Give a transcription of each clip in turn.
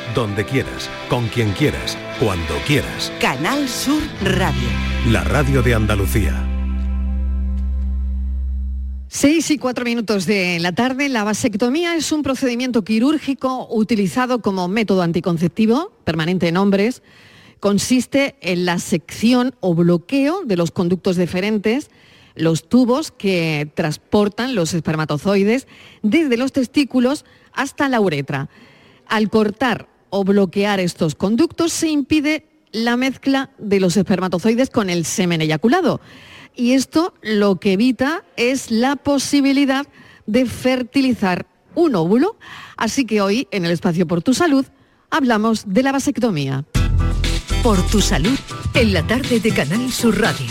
donde quieras, con quien quieras, cuando quieras. Canal Sur Radio. La radio de Andalucía. 6:04 de la tarde. La vasectomía es un procedimiento quirúrgico utilizado como método anticonceptivo permanente en hombres. Consiste en la sección o bloqueo de los conductos deferentes, los tubos que transportan los espermatozoides desde los testículos hasta la uretra. Al cortar o bloquear estos conductos se impide la mezcla de los espermatozoides con el semen eyaculado. Y esto lo que evita es la posibilidad de fertilizar un óvulo. Así que hoy, en el espacio Por tu Salud, hablamos de la vasectomía. Por tu Salud, en la tarde de Canal Sur Radio.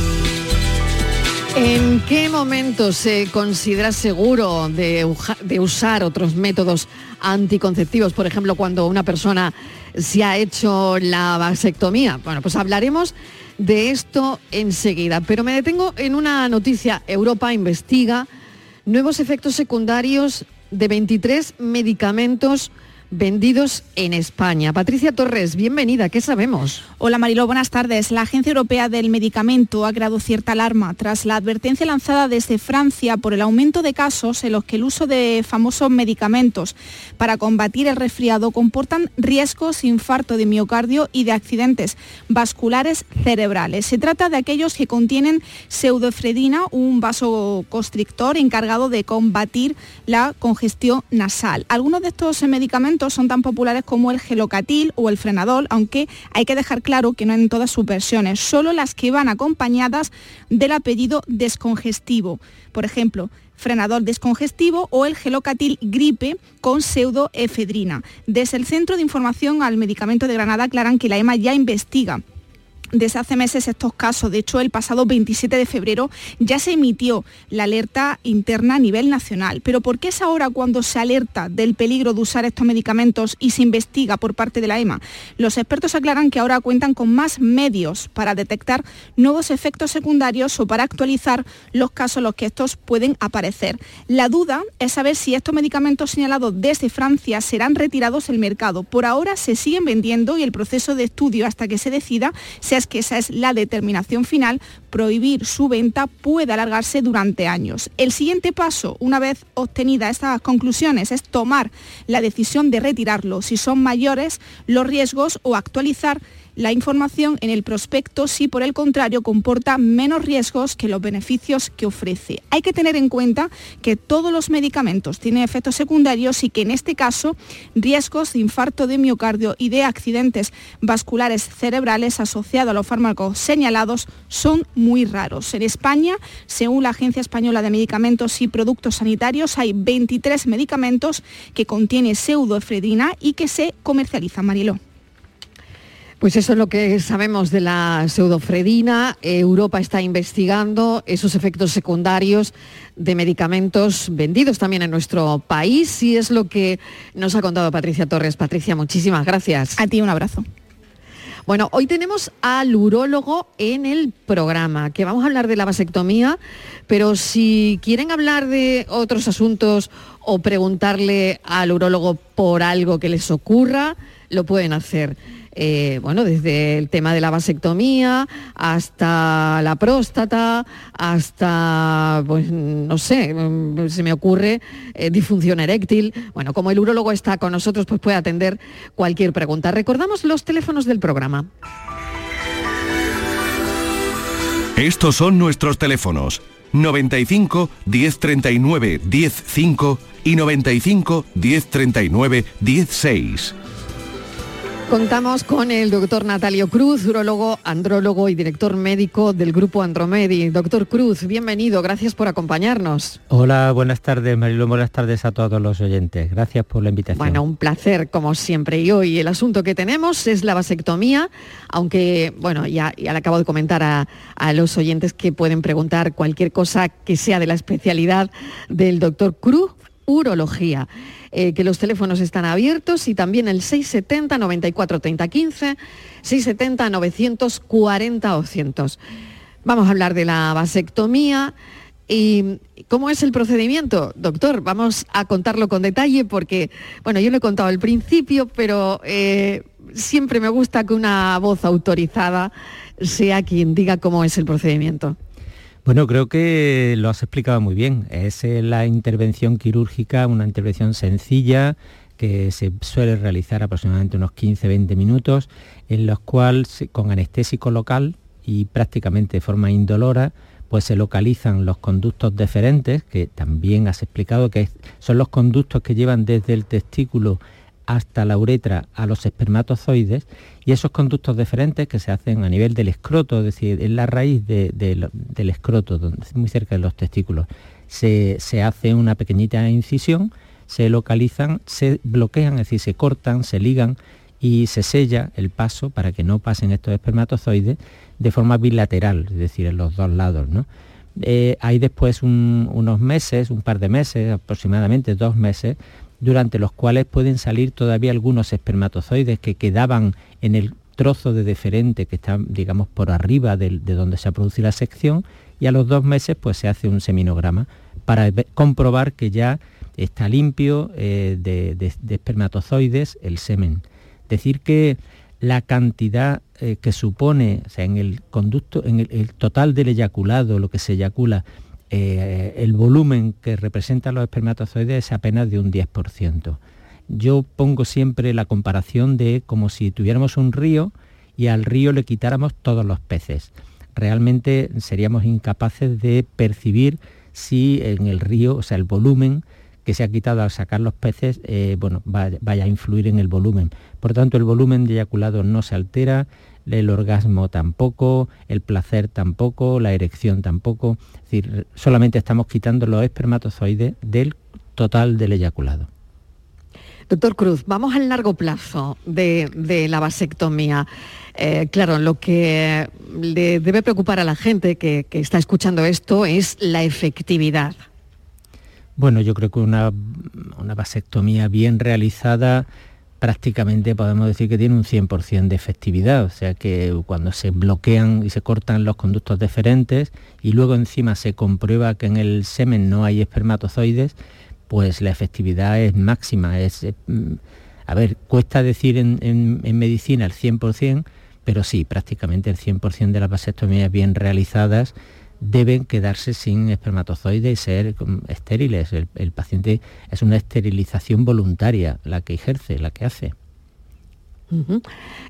¿En qué momento se considera seguro de usar otros métodos anticonceptivos? Por ejemplo, cuando una persona se ha hecho la vasectomía. Bueno, pues hablaremos de esto enseguida. Pero me detengo en una noticia. Europa investiga nuevos efectos secundarios de 23 medicamentos vendidos en España. Patricia Torres, bienvenida, ¿qué sabemos? Hola Mariló, buenas tardes. La Agencia Europea del Medicamento ha creado cierta alarma tras la advertencia lanzada desde Francia por el aumento de casos en los que el uso de famosos medicamentos para combatir el resfriado comportan riesgos de infarto de miocardio y de accidentes vasculares cerebrales. Se trata de aquellos que contienen pseudoefedrina, un vasoconstrictor encargado de combatir la congestión nasal. Algunos de estos medicamentos son tan populares como el Gelocatil o el Frenadol, aunque hay que dejar claro que no en todas sus versiones, solo las que van acompañadas del apellido descongestivo. Por ejemplo, Frenadol descongestivo o el Gelocatil gripe con pseudoefedrina. Desde el Centro de Información al Medicamento de Granada aclaran que la EMA ya investiga desde hace meses estos casos. De hecho, el pasado 27 de febrero ya se emitió la alerta interna a nivel nacional. Pero ¿por qué es ahora cuando se alerta del peligro de usar estos medicamentos y se investiga por parte de la EMA? Los expertos aclaran que ahora cuentan con más medios para detectar nuevos efectos secundarios o para actualizar los casos en los que estos pueden aparecer. La duda es saber si estos medicamentos señalados desde Francia serán retirados del mercado. Por ahora se siguen vendiendo y el proceso de estudio hasta que se decida es que esa es la determinación final, prohibir su venta puede alargarse durante años. El siguiente paso, una vez obtenidas estas conclusiones, es tomar la decisión de retirarlo si son mayores los riesgos o actualizar la información en el prospecto si por el contrario comporta menos riesgos que los beneficios que ofrece. Hay que tener en cuenta que todos los medicamentos tienen efectos secundarios y que en este caso riesgos de infarto de miocardio y de accidentes vasculares cerebrales asociados a los fármacos señalados son muy raros. En España, según la Agencia Española de Medicamentos y Productos Sanitarios, hay 23 medicamentos que contienen pseudoefedrina y que se comercializan, Mariló. Pues eso es lo que sabemos de la pseudoefedrina. Europa está investigando esos efectos secundarios de medicamentos vendidos también en nuestro país y es lo que nos ha contado Patricia Torres. Patricia, muchísimas gracias. A ti un abrazo. Bueno, hoy tenemos al urólogo en el programa, que vamos a hablar de la vasectomía, pero si quieren hablar de otros asuntos o preguntarle al urólogo por algo que les ocurra, lo pueden hacer. Desde el tema de la vasectomía hasta la próstata, hasta, pues no sé, se me ocurre disfunción eréctil. Bueno, como el urólogo está con nosotros, pues puede atender cualquier pregunta. Recordamos los teléfonos del programa. Estos son nuestros teléfonos: 95 1039 105 y 95 1039 16. Contamos con el doctor Natalio Cruz, urólogo, andrólogo y director médico del Grupo Andromedi. Doctor Cruz, bienvenido, gracias por acompañarnos. Hola, buenas tardes, Mariló, buenas tardes a todos los oyentes. Gracias por la invitación. Bueno, un placer, como siempre. Y hoy el asunto que tenemos es la vasectomía, aunque, bueno, ya le acabo de comentar a los oyentes que pueden preguntar cualquier cosa que sea de la especialidad del doctor Cruz, urología. Que los teléfonos están abiertos y también el 670 94 30 15, 670 940 200. Vamos a hablar de la vasectomía. ¿Y cómo es el procedimiento, doctor? Vamos a contarlo con detalle porque, bueno, yo lo he contado al principio, pero siempre me gusta que una voz autorizada sea quien diga cómo es el procedimiento. Bueno, creo que lo has explicado muy bien. Es la intervención quirúrgica, una intervención sencilla que se suele realizar aproximadamente unos 15-20 minutos, en los cuales con anestésico local y prácticamente de forma indolora, pues se localizan los conductos deferentes, que también has explicado que son los conductos que llevan desde el testículo hasta la uretra a los espermatozoides, y esos conductos deferentes que se hacen a nivel del escroto, es decir, en la raíz del escroto, muy cerca de los testículos, se hace una pequeñita incisión, se localizan, se bloquean, es decir, se cortan, se ligan y se sella el paso para que no pasen estos espermatozoides de forma bilateral, es decir, en los dos lados, ¿no? Hay después unos meses, un par de meses, aproximadamente 2 meses, durante los cuales pueden salir todavía algunos espermatozoides que quedaban en el trozo de deferente que está, digamos, por arriba de donde se ha producido la sección, y a los 2 meses pues se hace un seminograma para comprobar que ya está limpio de espermatozoides el semen. Decir que la cantidad que supone, o sea, en el conducto, en el total del eyaculado, lo que se eyacula, el volumen que representan los espermatozoides es apenas de un 10%. Yo pongo siempre la comparación de como si tuviéramos un río y al río le quitáramos todos los peces. Realmente seríamos incapaces de percibir si en el río, o sea, el volumen que se ha quitado al sacar los peces, vaya a influir en el volumen. Por tanto, el volumen de eyaculado no se altera, el orgasmo tampoco, el placer tampoco, la erección tampoco. Es decir, solamente estamos quitando los espermatozoides del total del eyaculado. Doctor Cruz, vamos al largo plazo de la vasectomía. Claro, lo que le debe preocupar a la gente que está escuchando esto es la efectividad. Bueno, yo creo que una vasectomía bien realizada prácticamente podemos decir que tiene un 100% de efectividad, o sea que cuando se bloquean y se cortan los conductos deferentes y luego encima se comprueba que en el semen no hay espermatozoides, pues la efectividad es máxima. Cuesta decir en medicina el 100%, pero sí, prácticamente el 100% de las vasectomías bien realizadas deben quedarse sin espermatozoides y ser estériles. El paciente es una esterilización voluntaria la que ejerce, la que hace. Uh-huh.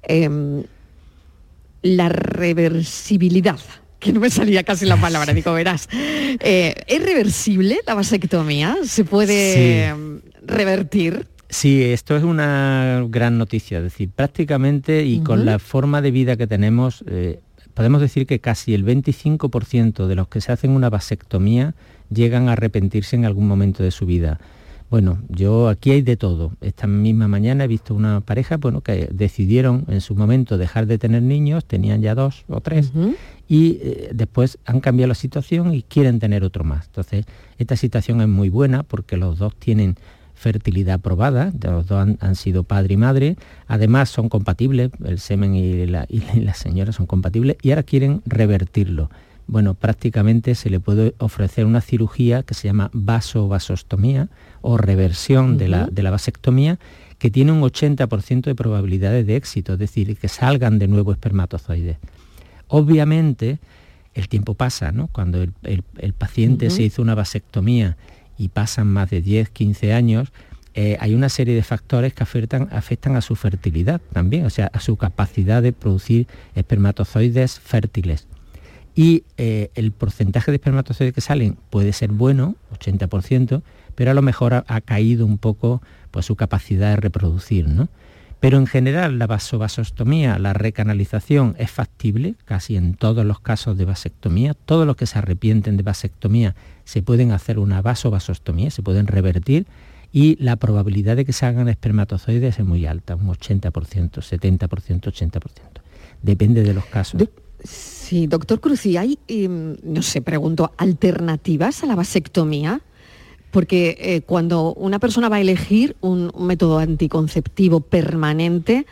La reversibilidad, que no me salía casi la palabra, digo, verás. ¿Es reversible la vasectomía? ¿Se puede revertir? Sí, esto es una gran noticia. Es decir, prácticamente y con la forma de vida que tenemos, podemos decir que casi el 25% de los que se hacen una vasectomía llegan a arrepentirse en algún momento de su vida. Bueno, aquí hay de todo. Esta misma mañana he visto una pareja que decidieron en su momento dejar de tener niños, tenían ya 2 o 3, y después han cambiado la situación y quieren tener otro más. Entonces, esta situación es muy buena porque los dos tienen fertilidad probada, los dos han sido padre y madre, además son compatibles, el semen y la señora son compatibles, y ahora quieren revertirlo. Bueno, prácticamente se le puede ofrecer una cirugía que se llama vasovasostomía o reversión de la vasectomía, que tiene un 80% de probabilidades de éxito, es decir, que salgan de nuevo espermatozoides. Obviamente, el tiempo pasa, ¿no? Cuando el paciente se hizo una vasectomía y pasan más de 10, 15 años, hay una serie de factores que afectan a su fertilidad también, o sea, a su capacidad de producir espermatozoides fértiles. Y el porcentaje de espermatozoides que salen puede ser bueno, 80%, pero a lo mejor ha caído un poco pues, su capacidad de reproducir, ¿no? Pero en general la vasovasostomía, la recanalización es factible casi en todos los casos de vasectomía. Todos los que se arrepienten de vasectomía se pueden hacer una vasovasostomía, se pueden revertir, y la probabilidad de que se hagan espermatozoides es muy alta, un 80%, 70%, 80%. Depende de los casos. Sí, doctor Cruz, ¿y hay, pregunto, alternativas a la vasectomía? Porque cuando una persona va a elegir un método anticonceptivo permanente,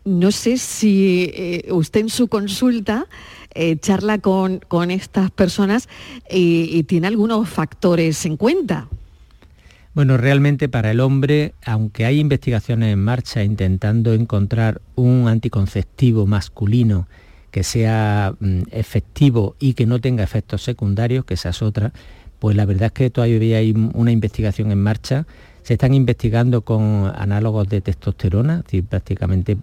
No sé si usted en su consulta charla con estas personas y tiene algunos factores en cuenta. Bueno, realmente para el hombre, aunque hay investigaciones en marcha intentando encontrar un anticonceptivo masculino que sea efectivo y que no tenga efectos secundarios, que esa es otra, pues la verdad es que todavía hay una investigación en marcha. Se están investigando con análogos de testosterona, es decir, prácticamente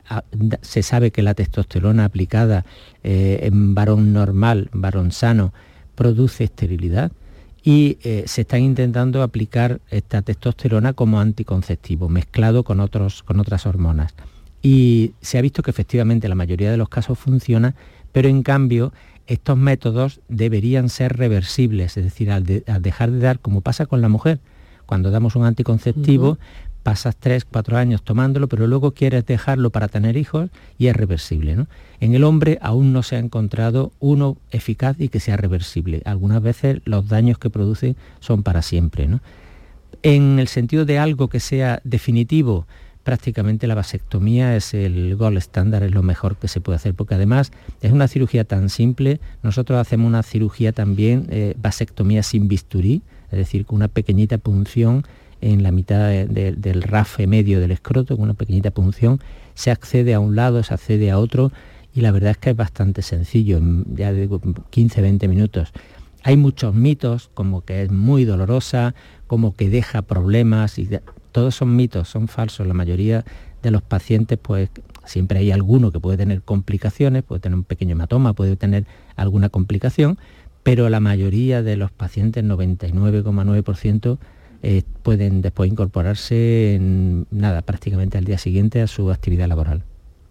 se sabe que la testosterona aplicada en varón normal, varón sano, produce esterilidad. Y se están intentando aplicar esta testosterona como anticonceptivo, mezclado con otras hormonas. Y se ha visto que efectivamente la mayoría de los casos funciona, pero en cambio estos métodos deberían ser reversibles, es decir, al dejar de dar, como pasa con la mujer, cuando damos un anticonceptivo, pasas 3-4 años tomándolo, pero luego quieres dejarlo para tener hijos y es reversible, ¿no? En el hombre aún no se ha encontrado uno eficaz y que sea reversible. Algunas veces los daños que produce son para siempre, ¿no? En el sentido de algo que sea definitivo, prácticamente la vasectomía es el gold estándar, es lo mejor que se puede hacer, porque además es una cirugía tan simple. Nosotros hacemos una cirugía también, vasectomía sin bisturí, es decir, con una pequeñita punción en la mitad del rafe medio del escroto, con una pequeñita punción, se accede a un lado, se accede a otro, y la verdad es que es bastante sencillo, ya digo, 15-20 minutos. Hay muchos mitos, como que es muy dolorosa, como que deja problemas, y todos son mitos, son falsos. La mayoría de los pacientes, pues siempre hay alguno que puede tener complicaciones, puede tener un pequeño hematoma, puede tener alguna complicación, pero la mayoría de los pacientes, 99,9%, pueden después incorporarse prácticamente al día siguiente a su actividad laboral.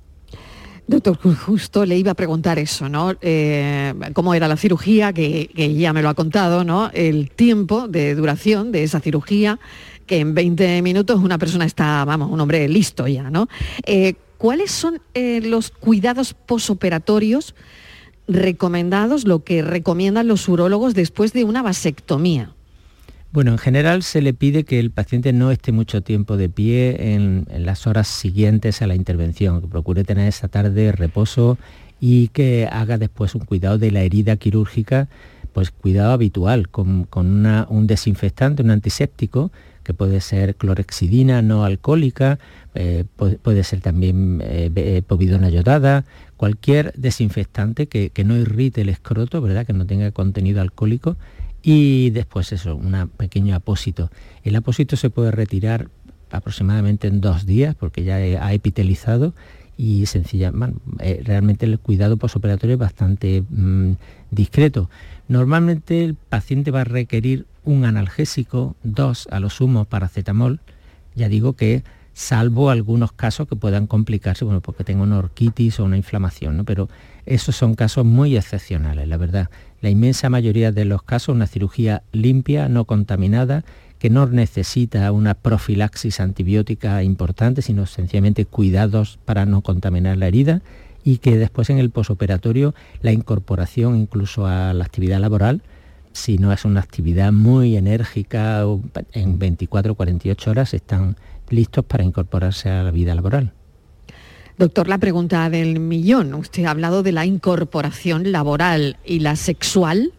Doctor, justo le iba a preguntar eso, ¿no? ¿Cómo era la cirugía? Que ya me lo ha contado, ¿no? El tiempo de duración de esa cirugía, que en 20 minutos una persona está, un hombre listo ya, ¿no? ¿Cuáles son los cuidados posoperatorios recomendados, lo que recomiendan los urólogos después de una vasectomía? Bueno, en general se le pide que el paciente no esté mucho tiempo de pie en las horas siguientes a la intervención, que procure tener esa tarde reposo y que haga después un cuidado de la herida quirúrgica, pues cuidado habitual, con un desinfectante, un antiséptico, que puede ser clorhexidina no alcohólica, puede ser también povidona yodada, cualquier desinfectante que no irrite el escroto, ¿verdad?, que no tenga contenido alcohólico. Y después eso, un pequeño apósito. El apósito se puede retirar aproximadamente en 2 días porque ya ha epitelizado y realmente el cuidado posoperatorio es bastante discreto. Normalmente el paciente va a requerir un analgésico, 2 a lo sumo paracetamol. Ya digo que salvo algunos casos que puedan complicarse, porque tenga una orquitis o una inflamación, ¿no? Pero esos son casos muy excepcionales, la verdad. La inmensa mayoría de los casos, una cirugía limpia, no contaminada, que no necesita una profilaxis antibiótica importante, sino sencillamente cuidados para no contaminar la herida, y que después en el posoperatorio la incorporación incluso a la actividad laboral, si no es una actividad muy enérgica, en 24 o 48 horas están listos para incorporarse a la vida laboral. Doctor, la pregunta del millón. Usted ha hablado de la incorporación laboral y la sexual.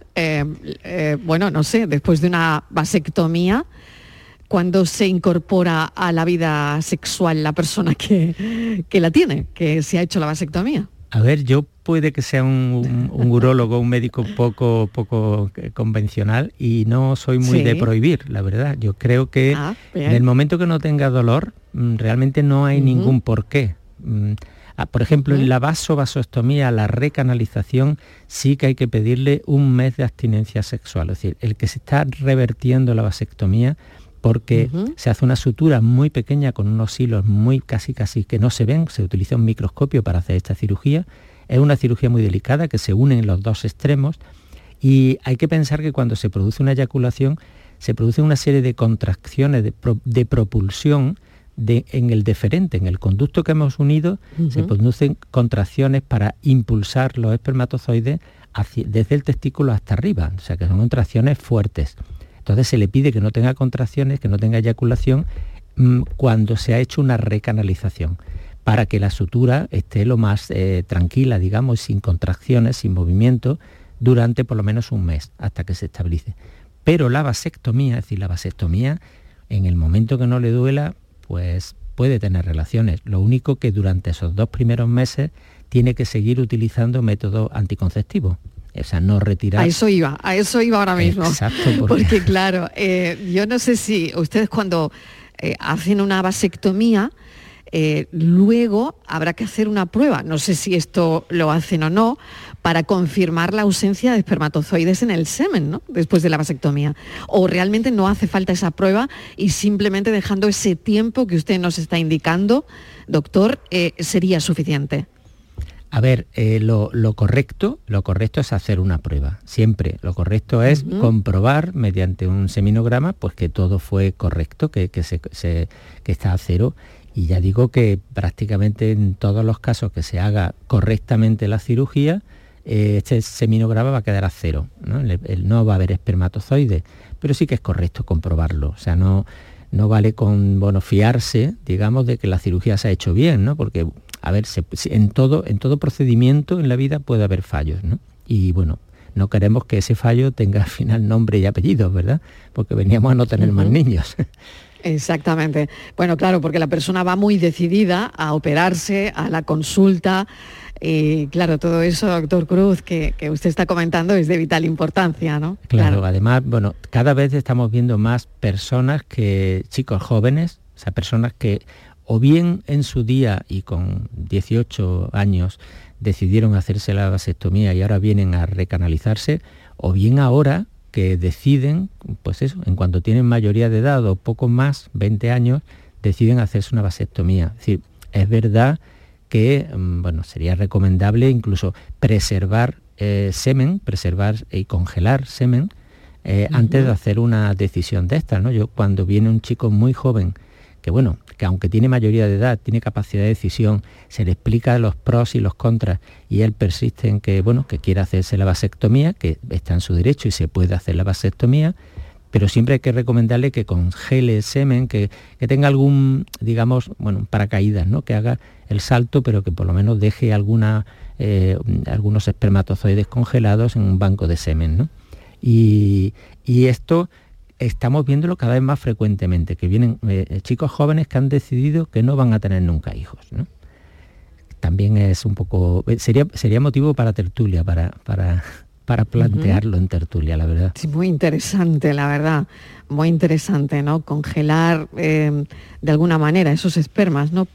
No sé, después de una vasectomía, ¿cuándo se incorpora a la vida sexual la persona que la tiene, que se ha hecho la vasectomía? A ver, yo puede que sea un urólogo, un médico poco convencional y no soy muy de prohibir, la verdad. Yo creo que en el momento que no tenga dolor, realmente no hay ningún porqué. Por ejemplo, en la vasostomía, la recanalización, sí que hay que pedirle 1 mes de abstinencia sexual. Es decir, el que se está revertiendo la vasectomía porque se hace una sutura muy pequeña con unos hilos muy casi que no se ven, se utiliza un microscopio para hacer esta cirugía. Es una cirugía muy delicada que se unen los 2 extremos y hay que pensar que cuando se produce una eyaculación se produce una serie de contracciones de propulsión en el deferente, en el conducto que hemos unido, se producen contracciones para impulsar los espermatozoides desde el testículo hasta arriba, o sea que son contracciones fuertes. Entonces se le pide que no tenga contracciones, que no tenga eyaculación cuando se ha hecho una recanalización. para que la sutura esté lo más tranquila, digamos, sin contracciones, sin movimiento, durante por lo menos un mes, hasta que se estabilice. Pero la vasectomía, es decir, la vasectomía, en el momento que no le duela, pues puede tener relaciones. Lo único que durante esos 2 primeros meses tiene que seguir utilizando métodos anticonceptivos. O sea, no retirar... A eso iba ahora mismo. Exacto. Porque claro, yo no sé si ustedes cuando hacen una vasectomía, luego habrá que hacer una prueba, no sé si esto lo hacen o no, para confirmar la ausencia de espermatozoides en el semen, ¿no? Después de la vasectomía. O realmente no hace falta esa prueba y simplemente dejando ese tiempo que usted nos está indicando, doctor, sería suficiente. A ver, lo correcto es hacer una prueba. Siempre lo correcto es comprobar mediante un seminograma pues que todo fue correcto, que está a cero. Y ya digo que prácticamente en todos los casos que se haga correctamente la cirugía, este seminograma va a quedar a cero, ¿no? No va a haber espermatozoides, pero sí que es correcto comprobarlo. O sea, no vale con fiarse, digamos, de que la cirugía se ha hecho bien, ¿no? Porque, a ver, en todo procedimiento en la vida puede haber fallos, ¿no? Y bueno, no queremos que ese fallo tenga al final nombre y apellidos, ¿verdad? Porque veníamos a no tener más niños. Exactamente. Bueno, claro, porque la persona va muy decidida a operarse, a la consulta. Y claro, todo eso, doctor Cruz, que usted está comentando es de vital importancia, ¿no? Claro, además, cada vez estamos viendo más personas chicos jóvenes, o sea, personas que o bien en su día y con 18 años decidieron hacerse la vasectomía y ahora vienen a recanalizarse, o bien ahora que deciden, pues eso, en cuanto tienen mayoría de edad o poco más, 20 años, deciden hacerse una vasectomía. Es decir, es verdad que, sería recomendable incluso preservar semen, preservar y congelar semen antes de hacer una decisión de estas, ¿no? Yo cuando viene un chico muy joven, que aunque tiene mayoría de edad, tiene capacidad de decisión, se le explica los pros y los contras y él persiste en que quiere hacerse la vasectomía, que está en su derecho y se puede hacer la vasectomía, pero siempre hay que recomendarle que congele semen, que tenga algún, digamos, paracaídas, ¿no? Que haga el salto, pero que por lo menos deje algunos espermatozoides congelados en un banco de semen, ¿no? Y esto estamos viéndolo cada vez más frecuentemente, que vienen chicos jóvenes que han decidido que no van a tener nunca hijos, ¿no? También es un poco... Sería motivo para tertulia, para plantearlo en tertulia, la verdad. Sí, muy interesante, la verdad. Muy interesante, ¿no? Congelar de alguna manera esos espermas, ¿no?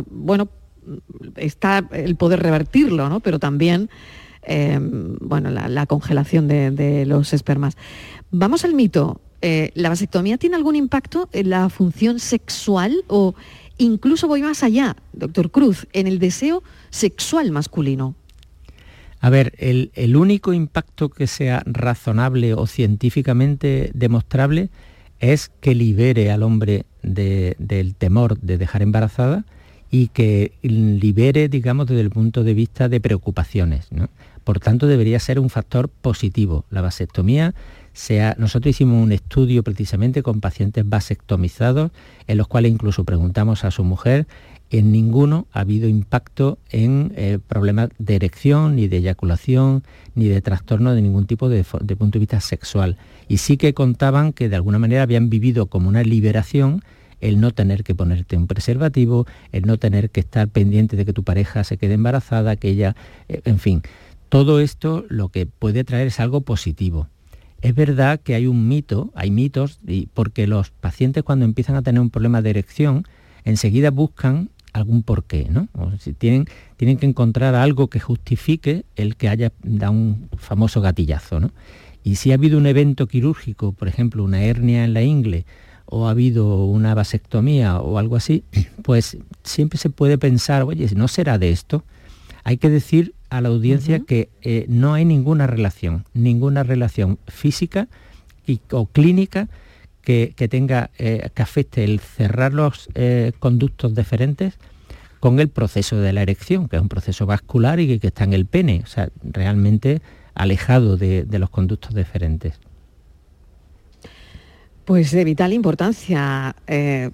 Está el poder revertirlo, ¿no? Pero también, la congelación de los espermas. Vamos al mito. ¿La vasectomía tiene algún impacto en la función sexual o incluso voy más allá, doctor Cruz, en el deseo sexual masculino? A ver, el único impacto que sea razonable o científicamente demostrable es que libere al hombre del temor de dejar embarazada y que libere, digamos, desde el punto de vista de preocupaciones, ¿no? Por tanto, debería ser un factor positivo. La vasectomía, nosotros hicimos un estudio precisamente con pacientes vasectomizados, en los cuales incluso preguntamos a su mujer. En ninguno ha habido impacto en problemas de erección, ni de eyaculación, ni de trastorno de ningún tipo de punto de vista sexual. Y sí que contaban que de alguna manera habían vivido como una liberación el no tener que ponerte un preservativo, el no tener que estar pendiente de que tu pareja se quede embarazada, que ella... en fin, todo esto lo que puede traer es algo positivo. Es verdad que hay mitos, porque los pacientes cuando empiezan a tener un problema de erección, enseguida buscan algún porqué, ¿no? O si tienen que encontrar algo que justifique el que haya dado un famoso gatillazo, ¿no? Y si ha habido un evento quirúrgico, por ejemplo, una hernia en la ingle, o ha habido una vasectomía o algo así, pues siempre se puede pensar, oye, ¿no será de esto? Hay que decir a la audiencia que no hay ninguna relación física o clínica que tenga que afecte el cerrar los conductos deferentes con el proceso de la erección, que es un proceso vascular y que está en el pene, o sea, realmente alejado de los conductos deferentes. Pues de vital importancia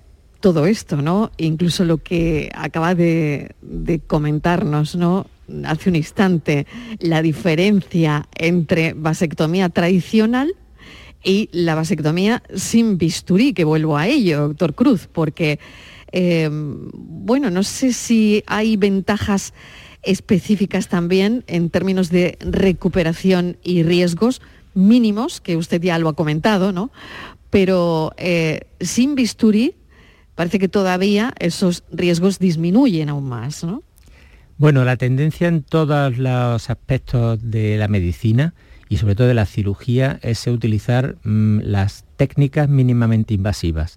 todo esto, ¿no? Incluso lo que acaba de comentarnos, ¿no?, hace un instante, la diferencia entre vasectomía tradicional y la vasectomía sin bisturí, que vuelvo a ello, doctor Cruz, porque, bueno, no sé si hay ventajas específicas también en términos de recuperación y riesgos mínimos, que usted ya lo ha comentado, ¿no? Pero sin bisturí parece que todavía esos riesgos disminuyen aún más, ¿no? Bueno, la tendencia en todos los aspectos de la medicina y sobre todo de la cirugía es utilizar las técnicas mínimamente invasivas.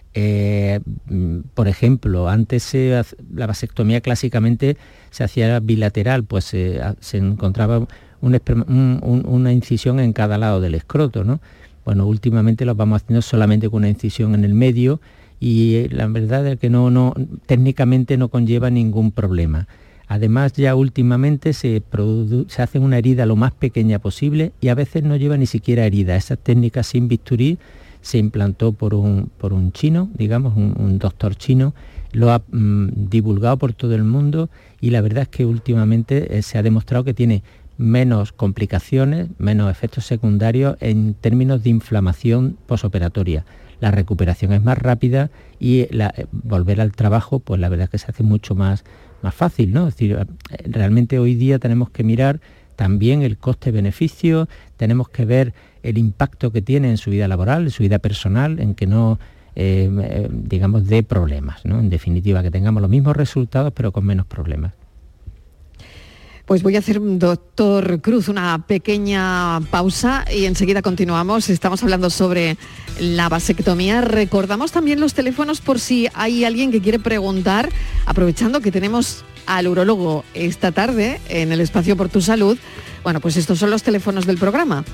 Por ejemplo, antes la vasectomía clásicamente se hacía bilateral, pues se encontraba una incisión en cada lado del escroto, ¿no? Bueno, últimamente lo vamos haciendo solamente con una incisión en el medio y la verdad es que técnicamente no conlleva ningún problema. Además, ya últimamente se hace una herida lo más pequeña posible y a veces no lleva ni siquiera herida. Esa técnica sin bisturí se implantó por un chino, digamos, un doctor chino, lo ha divulgado por todo el mundo y la verdad es que últimamente se ha demostrado que tiene menos complicaciones, menos efectos secundarios en términos de inflamación posoperatoria. La recuperación es más rápida y volver al trabajo, pues la verdad es que se hace mucho más fácil, ¿no? Es decir, realmente hoy día tenemos que mirar también el coste-beneficio, tenemos que ver el impacto que tiene en su vida laboral, en su vida personal, en que no, digamos, dé problemas, ¿no? En definitiva, que tengamos los mismos resultados pero con menos problemas. Pues voy a hacer, doctor Cruz, una pequeña pausa y enseguida continuamos. Estamos hablando sobre la vasectomía. Recordamos también los teléfonos por si hay alguien que quiere preguntar, aprovechando que tenemos al urólogo esta tarde en el espacio Por tu Salud. Bueno, pues estos son los teléfonos del programa.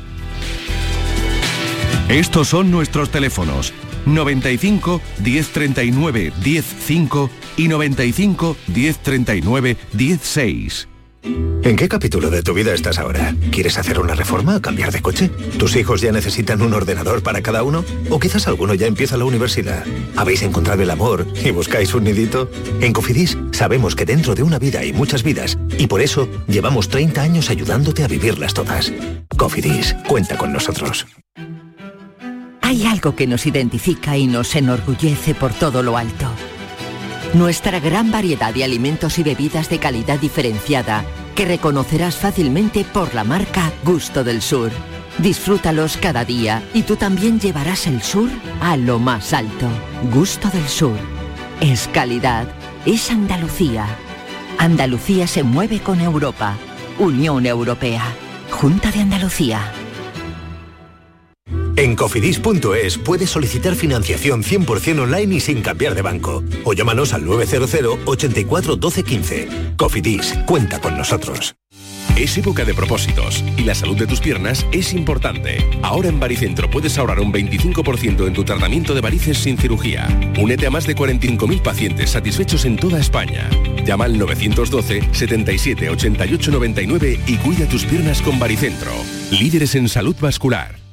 Estos son nuestros teléfonos: 95 1039 105 y 95 1039 16. ¿En qué capítulo de tu vida estás ahora? ¿Quieres hacer una reforma o cambiar de coche? ¿Tus hijos ya necesitan un ordenador para cada uno? ¿O quizás alguno ya empieza la universidad? ¿Habéis encontrado el amor y buscáis un nidito? En Cofidis sabemos que dentro de una vida hay muchas vidas y por eso llevamos 30 años ayudándote a vivirlas todas. Cofidis, cuenta con nosotros. Hay algo que nos identifica y nos enorgullece por todo lo alto. Nuestra gran variedad de alimentos y bebidas de calidad diferenciada que reconocerás fácilmente por la marca Gusto del Sur. Disfrútalos cada día y tú también llevarás el sur a lo más alto. Gusto del Sur. Es calidad. Es Andalucía. Andalucía se mueve con Europa. Unión Europea. Junta de Andalucía. En Cofidis.es puedes solicitar financiación 100% online y sin cambiar de banco. O llámanos al 900 84 12 15. Cofidis, cuenta con nosotros. Es época de propósitos y la salud de tus piernas es importante. Ahora en Baricentro puedes ahorrar un 25% en tu tratamiento de varices sin cirugía. Únete a más de 45.000 pacientes satisfechos en toda España. Llama al 912 77 88 99 y cuida tus piernas con Baricentro. Líderes en salud vascular.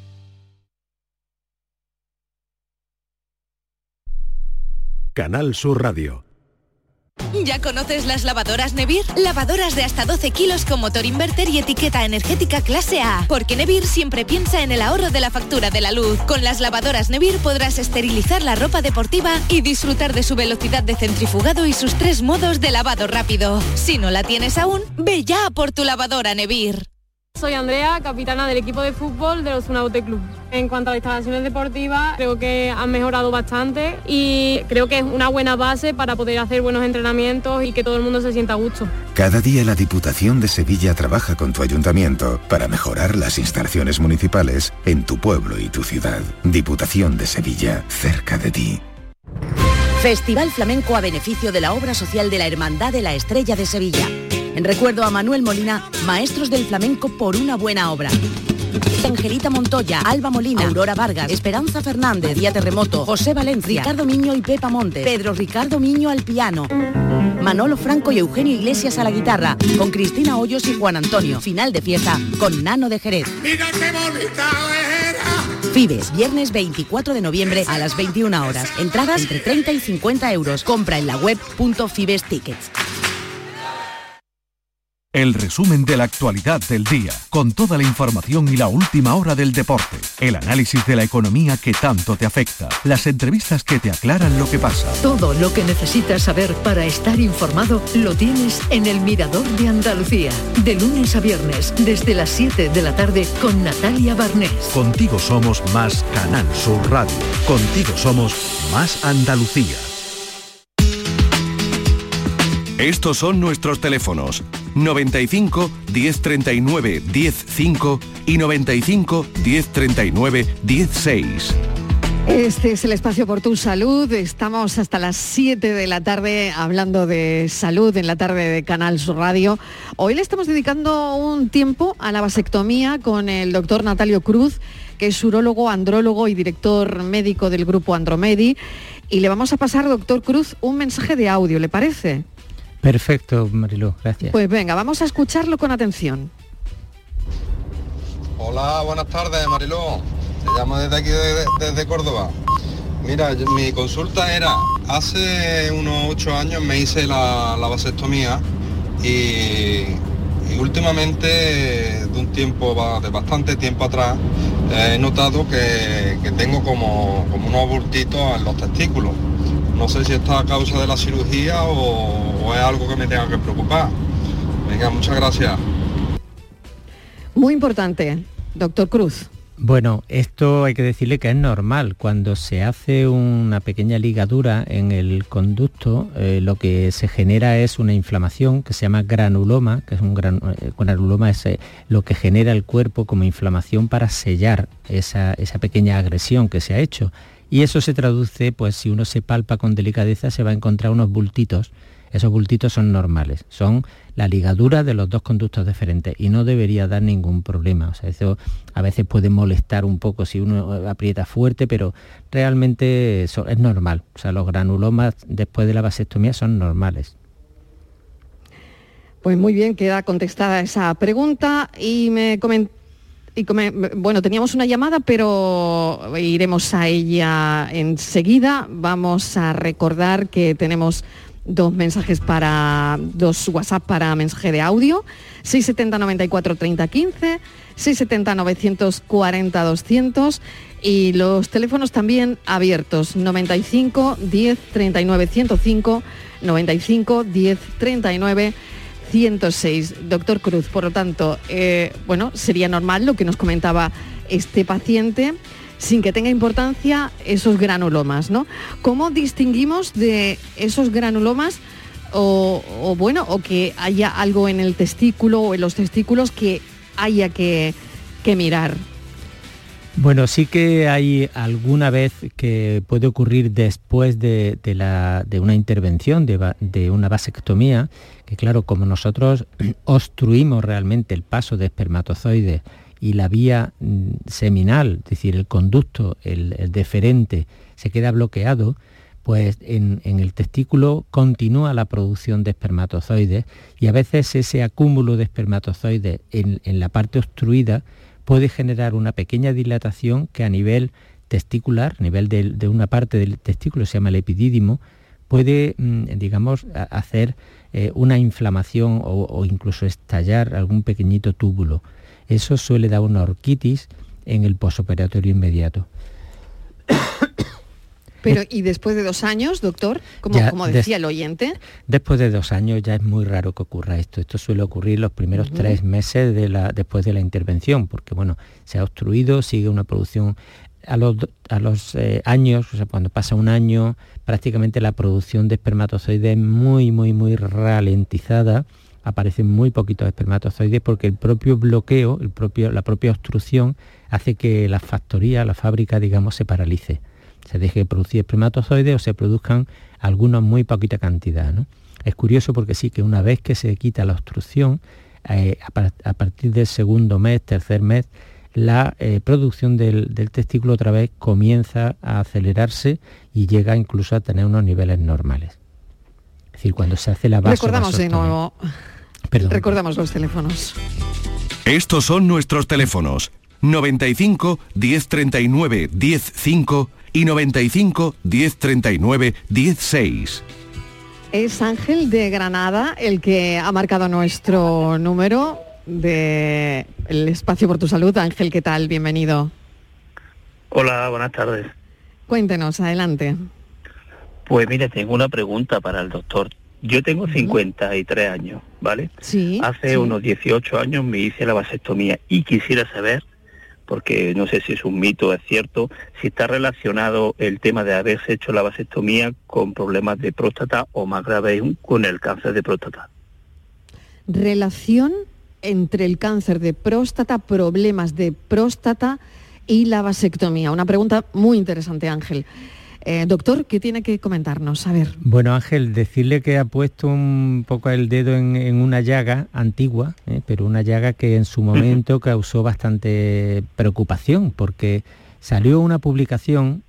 Canal Sur Radio. ¿Ya conoces las lavadoras Nevir? Lavadoras de hasta 12 kilos con motor inverter y etiqueta energética clase A. Porque Nevir siempre piensa en el ahorro de la factura de la luz. Con las lavadoras Nevir podrás esterilizar la ropa deportiva y disfrutar de su velocidad de centrifugado y sus 3 modos de lavado rápido. Si no la tienes aún, ve ya por tu lavadora Nevir. Soy Andrea, capitana del equipo de fútbol del Osuna Bote Club. En cuanto a las instalaciones deportivas, creo que han mejorado bastante y creo que es una buena base para poder hacer buenos entrenamientos y que todo el mundo se sienta a gusto. Cada día la Diputación de Sevilla trabaja con tu ayuntamiento para mejorar las instalaciones municipales en tu pueblo y tu ciudad. Diputación de Sevilla, cerca de ti. Festival Flamenco a beneficio de la obra social de la Hermandad de la Estrella de Sevilla. En recuerdo a Manuel Molina, maestros del flamenco por una buena obra. Angelita Montoya, Alba Molina, Aurora Vargas, Esperanza Fernández, Día Terremoto, José Valencia, Ricardo Miño y Pepa Montes, Pedro Ricardo Miño al piano, Manolo Franco y Eugenio Iglesias a la guitarra, con Cristina Hoyos y Juan Antonio. Final de fiesta con Nano de Jerez. Mira qué bonita era Fibes, viernes 24 de noviembre a las 21 horas. Entradas entre 30 y 50 euros. Compra en la web .Fibes Tickets. El resumen de la actualidad del día, con toda la información y la última hora del deporte, el análisis de la economía que tanto te afecta, las entrevistas que te aclaran lo que pasa. Todo lo que necesitas saber para estar informado lo tienes en El Mirador de Andalucía, de lunes a viernes, desde las 7 de la tarde con Natalia Barnés. Contigo somos más Canal Sur Radio, contigo somos más Andalucía. Estos son nuestros teléfonos: 95 1039 105 y 95 1039 16. Este es el espacio por tu salud. Estamos hasta las 7 de la tarde hablando de salud en la tarde de Canal Sur Radio. Hoy le estamos dedicando un tiempo a la vasectomía con el doctor Natalio Cruz, que es urólogo, andrólogo y director médico del grupo Andromedi. Y le vamos a pasar, doctor Cruz, un mensaje de audio, ¿le parece? Perfecto, Mariló, gracias. Pues venga, vamos a escucharlo con atención. Hola, buenas tardes, Mariló. Te llamo desde aquí, desde Córdoba. Mira, mi consulta era, hace unos 8 años me hice la vasectomía y últimamente, de bastante tiempo atrás, he notado que tengo como unos bultitos en los testículos. No sé si esto es a causa de la cirugía o es algo que me tenga que preocupar. Venga, muchas gracias. Muy importante, doctor Cruz. Bueno, esto hay que decirle que es normal. Cuando se hace una pequeña ligadura en el conducto, lo que se genera es una inflamación que se llama granuloma, que es granuloma es lo que genera el cuerpo como inflamación para sellar esa pequeña agresión que se ha hecho. Y eso se traduce, pues si uno se palpa con delicadeza, se va a encontrar unos bultitos. Esos bultitos son normales, son la ligadura de los dos conductos deferentes y no debería dar ningún problema. O sea, eso a veces puede molestar un poco si uno aprieta fuerte, pero realmente es normal. O sea, los granulomas después de la vasectomía son normales. Pues muy bien, queda contestada esa pregunta y bueno, teníamos una llamada, pero iremos a ella enseguida. Vamos a recordar que tenemos dos WhatsApp para mensaje de audio, 670 94 30 15, 670 940 200 y los teléfonos también abiertos, 95 10 39 105, 95 10 39 106. Doctor Cruz, por lo tanto, sería normal lo que nos comentaba este paciente, sin que tenga importancia esos granulomas, ¿no? ¿Cómo distinguimos de esos granulomas o que haya algo en el testículo o en los testículos que haya que mirar? Bueno, sí que hay alguna vez que puede ocurrir después de una intervención, de una vasectomía, que claro, como nosotros obstruimos realmente el paso de espermatozoides y la vía seminal, es decir, el conducto, el deferente, se queda bloqueado, pues en el testículo continúa la producción de espermatozoides y a veces ese acúmulo de espermatozoides en la parte obstruida puede generar una pequeña dilatación que a nivel testicular, a nivel de una parte del testículo, se llama el epidídimo, puede, hacer una inflamación o incluso estallar algún pequeñito túbulo. Eso suele dar una orquitis en el posoperatorio inmediato. Pero, ¿y después de 2 años, doctor? Como decía el oyente. Después de 2 años ya es muy raro que ocurra esto. Esto suele ocurrir los primeros 3 meses después de la intervención, porque se ha obstruido, sigue una producción. A los años, o sea, cuando pasa 1 año, prácticamente la producción de espermatozoides es muy, muy, muy ralentizada. Aparecen muy poquitos espermatozoides porque el propio bloqueo, la propia obstrucción, hace que la factoría, la fábrica, se paralice. Se deje de producir espermatozoides o se produzcan algunos muy poquita cantidad, ¿no? Es curioso porque sí que una vez que se quita la obstrucción, a partir del 2.º mes, 3.er mes, la producción del testículo otra vez comienza a acelerarse y llega incluso a tener unos niveles normales. Es decir, cuando se hace la vasectomía. Recordamos de nuevo. Recordamos los teléfonos. Estos son nuestros teléfonos: 95 1039 105 y 95 1039 16. Es Ángel de Granada el que ha marcado nuestro número del Espacio por tu Salud. Ángel, ¿qué tal? Bienvenido. Hola, buenas tardes. Cuéntenos, adelante. Pues mire, tengo una pregunta para el doctor. Yo tengo 53 años, ¿vale? Sí. Hace unos 18 años me hice la vasectomía y quisiera saber, porque no sé si es un mito o es cierto, si está relacionado el tema de haberse hecho la vasectomía con problemas de próstata o más grave aún con el cáncer de próstata. Relación entre el cáncer de próstata, problemas de próstata y la vasectomía. Una pregunta muy interesante, Ángel. Doctor, ¿qué tiene que comentarnos? A ver. Bueno, Ángel, decirle que ha puesto un poco el dedo en una llaga antigua, pero una llaga que en su momento causó bastante preocupación, porque salió una publicación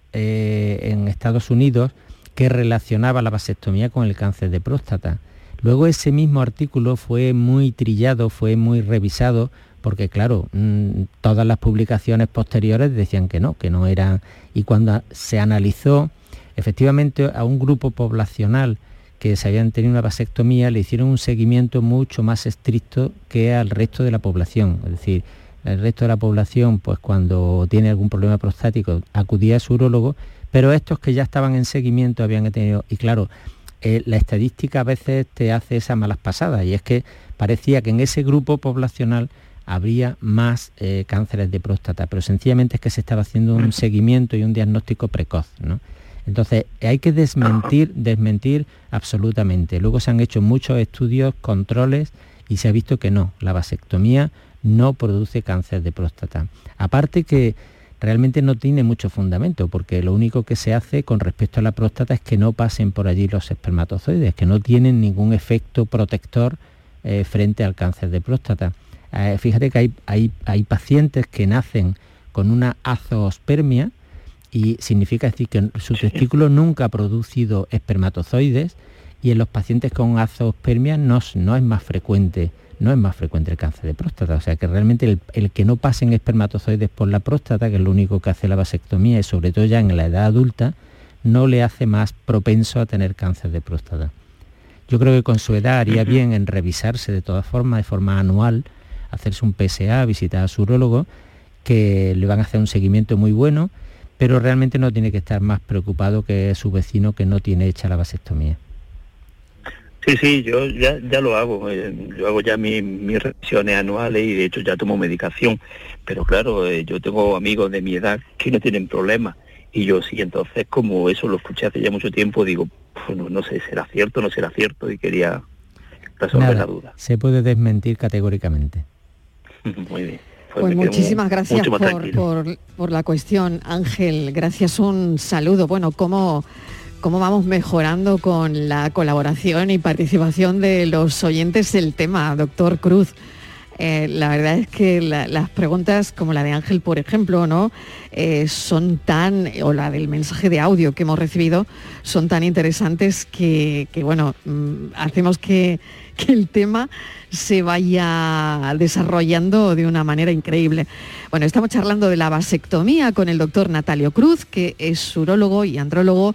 en Estados Unidos que relacionaba la vasectomía con el cáncer de próstata. Luego ese mismo artículo fue muy trillado, fue muy revisado, porque claro, todas las publicaciones posteriores decían que no eran, y cuando se analizó, efectivamente a un grupo poblacional que se habían tenido una vasectomía le hicieron un seguimiento mucho más estricto que al resto de la población. Es decir, el resto de la población, pues cuando tiene algún problema prostático acudía a su urólogo, pero estos que ya estaban en seguimiento habían tenido, y claro, la estadística a veces te hace esas malas pasadas, y es que parecía que en ese grupo poblacional habría más cánceres de próstata, pero sencillamente es que se estaba haciendo un seguimiento y un diagnóstico precoz, ¿no? Entonces hay que desmentir absolutamente. Luego se han hecho muchos estudios, controles, y se ha visto que no, la vasectomía no produce cáncer de próstata. Aparte que realmente no tiene mucho fundamento, porque lo único que se hace con respecto a la próstata es que no pasen por allí los espermatozoides, que no tienen ningún efecto protector frente al cáncer de próstata. Fíjate que hay pacientes que nacen con una azoospermia, y significa decir que su testículo nunca ha producido espermatozoides, y en los pacientes con azoospermia no es más frecuente el cáncer de próstata. O sea que realmente el que no pasen espermatozoides por la próstata, que es lo único que hace la vasectomía, y sobre todo ya en la edad adulta, no le hace más propenso a tener cáncer de próstata. Yo creo que con su edad haría bien en revisarse de todas formas, de forma anual, hacerse un PSA, visitar a su urólogo, que le van a hacer un seguimiento muy bueno, pero realmente no tiene que estar más preocupado que su vecino que no tiene hecha la vasectomía. Sí, yo ya lo hago. Yo hago ya mis revisiones anuales y de hecho ya tomo medicación. Pero claro, yo tengo amigos de mi edad que no tienen problemas. Y yo sí, entonces como eso lo escuché hace ya mucho tiempo, digo, bueno, no sé, ¿será cierto o no será cierto? Y quería resolver la duda. Se puede desmentir categóricamente. Muy bien. Pues muchísimas gracias por la cuestión, Ángel. Gracias, un saludo. Bueno, ¿cómo vamos mejorando con la colaboración y participación de los oyentes el tema, doctor Cruz? La verdad es que las preguntas como la de Ángel, por ejemplo, ¿no? Son o la del mensaje de audio que hemos recibido, son tan interesantes que bueno, hacemos que el tema se vaya desarrollando de una manera increíble. Bueno, estamos charlando de la vasectomía con el doctor Natalio Cruz, que es urólogo y andrólogo.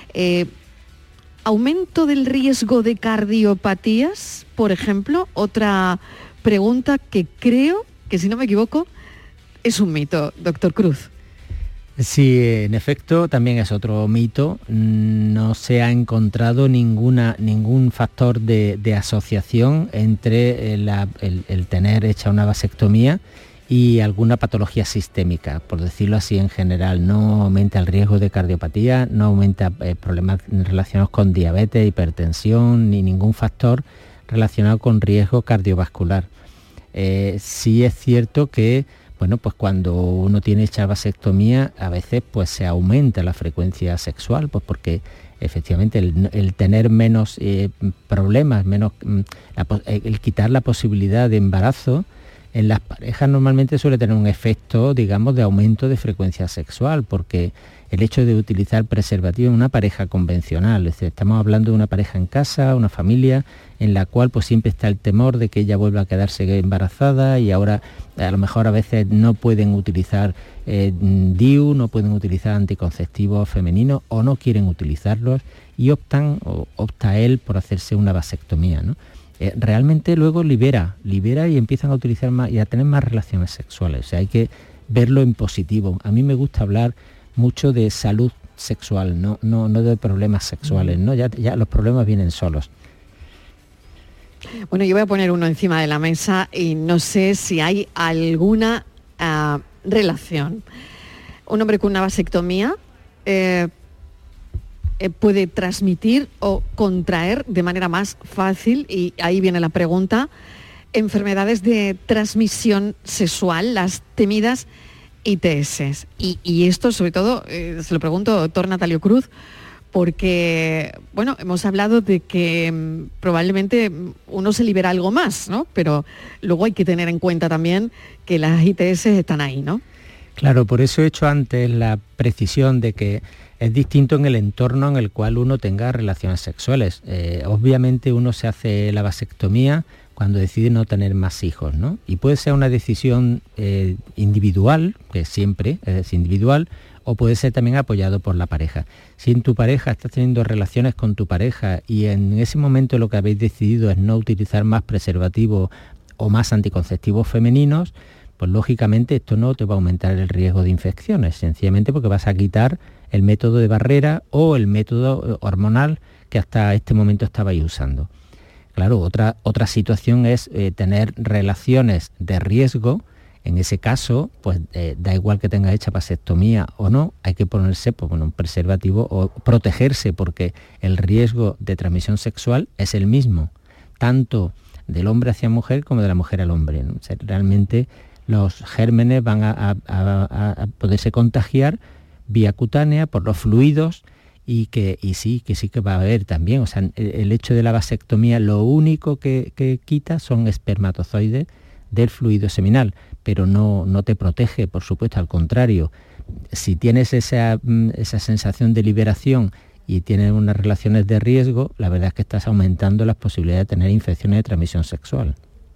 ¿Aumento del riesgo de cardiopatías, por ejemplo? Otra pregunta que creo que, si no me equivoco, es un mito, doctor Cruz. Sí, en efecto, también es otro mito. No se ha encontrado ningún factor de asociación entre el tener hecha una vasectomía y alguna patología sistémica, por decirlo así en general. No aumenta el riesgo de cardiopatía, no aumenta problemas relacionados con diabetes, hipertensión, ni ningún factor relacionado con riesgo cardiovascular. Sí es cierto que bueno, pues cuando uno tiene hecha vasectomía, a veces pues se aumenta la frecuencia sexual, pues porque efectivamente el tener menos problemas, el quitar la posibilidad de embarazo, En las parejas normalmente suele tener un efecto, digamos, de aumento de frecuencia sexual, porque el hecho de utilizar preservativo en una pareja convencional, es decir, estamos hablando de una pareja en casa, una familia, en la cual pues siempre está el temor de que ella vuelva a quedarse embarazada y ahora a lo mejor a veces no pueden utilizar DIU, no pueden utilizar anticonceptivos femeninos o no quieren utilizarlos y opta él por hacerse una vasectomía, ¿no? Realmente luego libera y empiezan a utilizar más y a tener más relaciones sexuales. O sea, hay que verlo en positivo. A mí me gusta hablar mucho de salud sexual, no de problemas sexuales, ¿no? Ya los problemas vienen solos. Bueno, yo voy a poner uno encima de la mesa y no sé si hay alguna relación. Un hombre con una vasectomía puede transmitir o contraer de manera más fácil, y ahí viene la pregunta, enfermedades de transmisión sexual, las temidas ITS. Y esto sobre todo se lo pregunto, doctor Natalio Cruz, porque, bueno, hemos hablado de que probablemente uno se libera algo más, ¿no? Pero luego hay que tener en cuenta también que las ITS están ahí, ¿no? Claro, por eso he hecho antes la precisión de que es distinto en el entorno en el cual uno tenga relaciones sexuales. Obviamente uno se hace la vasectomía cuando decide no tener más hijos, ¿no? Y puede ser una decisión individual, que siempre es individual, o puede ser también apoyado por la pareja. Si en tu pareja estás teniendo relaciones con tu pareja y en ese momento lo que habéis decidido es no utilizar más preservativos o más anticonceptivos femeninos, pues lógicamente esto no te va a aumentar el riesgo de infecciones, sencillamente porque vas a quitar el método de barrera o el método hormonal que hasta este momento estabais usando. Claro, otra situación es tener relaciones de riesgo. En ese caso, pues da igual que tenga hecha vasectomía o no, hay que ponerse un preservativo o protegerse, porque el riesgo de transmisión sexual es el mismo, tanto del hombre hacia mujer como de la mujer al hombre, ¿no? O sea, realmente los gérmenes van a poderse contagiar vía cutánea por los fluidos y sí que va a haber también. O sea, el hecho de la vasectomía lo único que quita son espermatozoides del fluido seminal, pero no te protege, por supuesto, al contrario. Si tienes esa sensación de liberación y tienes unas relaciones de riesgo, la verdad es que estás aumentando las posibilidades de tener infecciones de transmisión sexual.